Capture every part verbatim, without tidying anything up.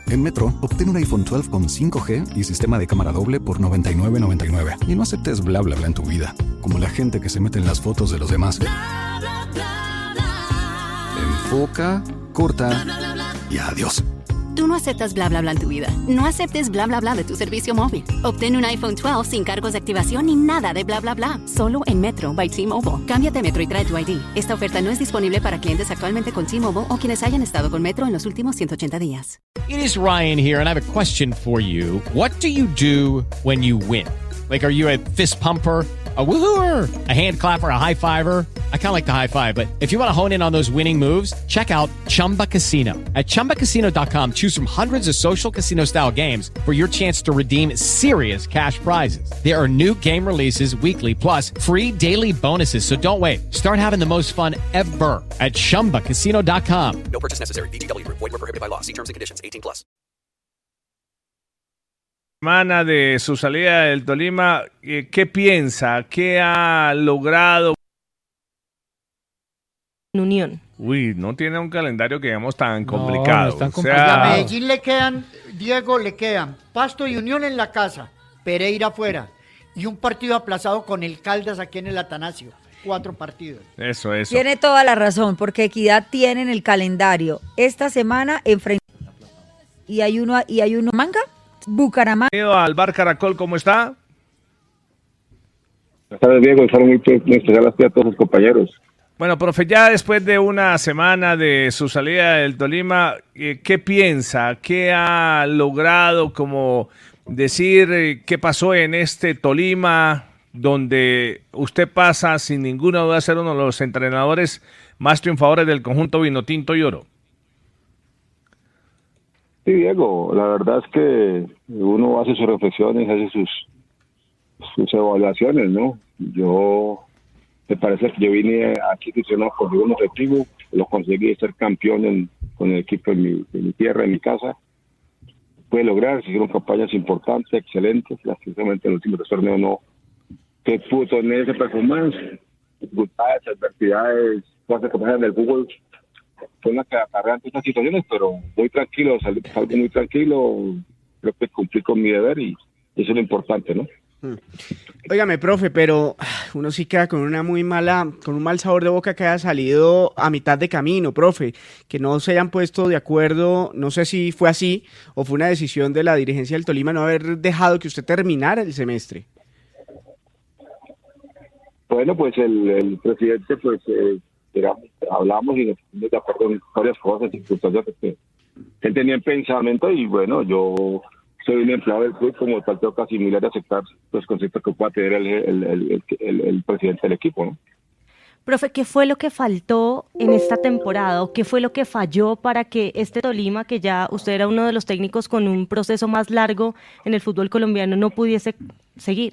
En Metro, obtén un iPhone doce con cinco G y sistema de cámara doble por noventa y nueve noventa y nueve. Y no aceptes bla bla bla en tu vida, como la gente que se mete en las fotos de los demás. Bla, bla, bla, bla. Enfoca, corta y adiós. Tú no aceptas bla bla bla en tu vida. No aceptes bla bla bla de tu servicio móvil. Obtén un iPhone doce sin cargos de activación ni nada de bla bla bla. Solo en Metro by T-Mobile. Cámbiate a Metro y trae tu I D. Esta oferta no es disponible para clientes actualmente con T-Mobile o quienes hayan estado con Metro en los últimos ciento ochenta días. It is Ryan here, and I have a question for you. What do you do when you win? Like, are you a fist pumper, a woohooer, a hand clapper, a high fiver? I kind of like the high five, but if you want to hone in on those winning moves, check out Chumba Casino. At chumba casino dot com, choose from hundreds of social casino style games for your chance to redeem serious cash prizes. There are new game releases weekly, plus free daily bonuses. So don't wait. Start having the most fun ever at chumba casino dot com. No purchase necessary. V G W. Void where prohibited by law. See terms and conditions. eighteen plus. Semana de su salida del Tolima, ¿qué piensa? ¿Qué ha logrado? Unión. Uy, no tiene un calendario que digamos tan complicado. No, no tan o sea, a Medellín le quedan, Diego, le quedan Pasto y Unión en la casa, Pereira afuera y un partido aplazado con el Caldas aquí en el Atanasio. Cuatro partidos. Eso, eso. Tiene toda la razón, porque Equidad tiene en el calendario esta semana enfrenta y hay uno y hay uno Manga, Bucaramanga. Bienvenido al Bar Caracol, ¿cómo está? Buenas tardes, Diego, y muy, muy especial a todos sus compañeros. Bueno, profe, ya después de una semana de su salida del Tolima, ¿qué piensa? ¿Qué ha logrado como decir qué pasó en este Tolima, donde usted pasa sin ninguna duda a ser uno de los entrenadores más triunfadores del conjunto Vinotinto y Oro? Sí, Diego, la verdad es que uno hace sus reflexiones, hace sus, sus evaluaciones, ¿no? Yo... Me parece que yo vine aquí funcionando por un objetivo, lo conseguí, ser campeón en, con el equipo en mi, en mi tierra, en mi casa. Pude lograr, se hicieron campañas importantes, excelentes, lastimosamente en el último torneo no se pudo tener ese performance, dificultades, adversidades, cosas que pasan en el fútbol, son las que acarrean estas situaciones, pero muy tranquilo, salí, salgo muy tranquilo, creo que cumplí con mi deber y eso es lo importante, ¿no? Hmm. Óigame, profe, pero uno sí queda con una muy mala, con un mal sabor de boca que haya salido a mitad de camino, profe, que no se hayan puesto de acuerdo, no sé si fue así o fue una decisión de la dirigencia del Tolima no haber dejado que usted terminara el semestre. Bueno, pues el, el presidente, pues, eh, digamos, hablamos y nos pusimos de acuerdo en varias cosas, circunstancias que él tenía en pensamiento y bueno, yo... soy un empleado del club, como tal tengo que asimilar y aceptar los conceptos que pueda tener el, el, el, el, el presidente del equipo, ¿no? Profe, ¿qué fue lo que faltó en esta temporada o qué fue lo que falló para que este Tolima, que ya usted era uno de los técnicos con un proceso más largo en el fútbol colombiano, no pudiese seguir?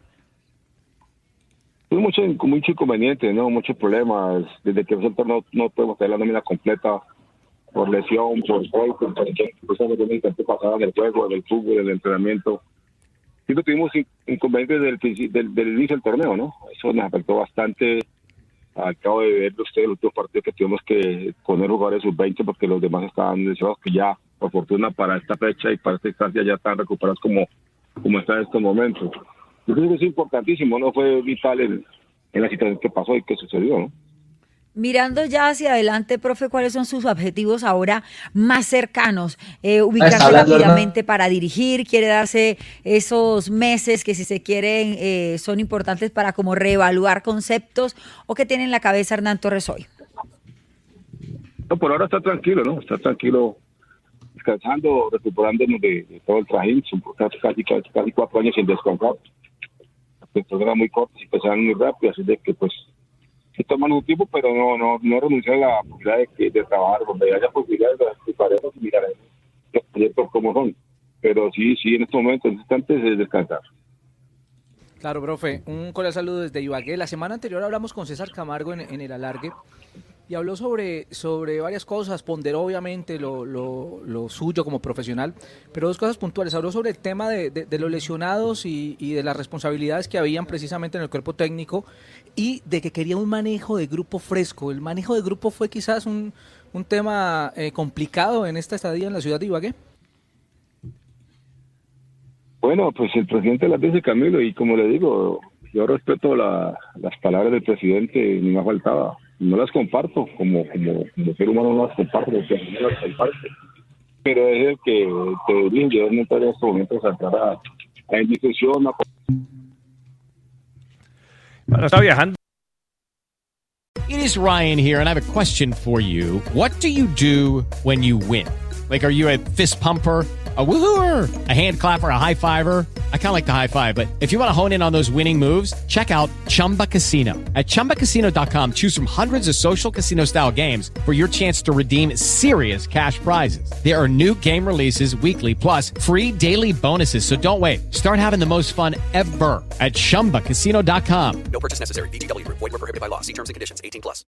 Hay mucho, mucho inconveniente, ¿no? Muchos problemas. Desde que nosotros no, no podemos tener la nómina completa por lesión, por gol, por cosas que pasaban en el juego, en el fútbol, en el entrenamiento. Sí, tuvimos inconvenientes del, del, del inicio del torneo, ¿no? Eso nos afectó bastante. Acabo de ver ustedes los dos partidos que tuvimos que poner jugadores sub veinte porque los demás estaban lesionados, que ya, por fortuna, para esta fecha y para esta instancia ya están recuperados como, como están en estos momentos. Yo creo que es importantísimo, ¿no? Fue vital en, en la situación que pasó y que sucedió, ¿no? Mirando ya hacia adelante, profe, ¿cuáles son sus objetivos ahora más cercanos? Eh, ubicarse rápidamente para dirigir, quiere darse esos meses que si se quieren eh, son importantes para como reevaluar conceptos, ¿o qué tiene en la cabeza Hernán Torres hoy? No, por ahora está tranquilo, ¿no? Está tranquilo, descansando, recuperándonos de, de todo el trajín, son casi, casi, casi, casi cuatro años sin descansar. Las cosas eran muy cortas y pasaban muy rápido, así de que pues se toman un tiempo, pero no no no renunciar a la posibilidad de, que, de trabajar, donde haya posibilidades de recuperarnos y mirar los proyectos como son. Pero sí, sí, en estos momentos, en este instante, es descansar. Claro, profe, un cordial saludo desde Ibagué. La semana anterior hablamos con César Camargo en, en el alargue y habló sobre, sobre varias cosas, ponderó obviamente lo, lo, lo suyo como profesional, pero dos cosas puntuales. Habló sobre el tema de, de, de los lesionados y, y de las responsabilidades que habían precisamente en el cuerpo técnico y de que quería un manejo de grupo fresco. El manejo de grupo fue quizás un, un tema eh, complicado en esta estadía en la ciudad de Ibagué. Bueno, pues el presidente las dice, Camilo, y como le digo, yo respeto la, las palabras del presidente, ni más faltaba. No las comparto, como como, como ser humano no las comparto, porque no las comparto. Pero es el que te dirige, yo no en estos momentos a entrar a, a indiscusión. A... Bueno, está viajando. It is Ryan here, and I have a question for you. What do you do when you win? Like, are you a fist pumper, a woohooer, a hand clapper, a high fiver? I kind of like the high five, but if you want to hone in on those winning moves, check out Chumba Casino. At chumba casino dot com, choose from hundreds of social casino style games for your chance to redeem serious cash prizes. There are new game releases weekly, plus free daily bonuses. So don't wait. Start having the most fun ever at chumba casino dot com. No purchase necessary. V G W. Void where prohibited by law. See terms and conditions. eighteen plus.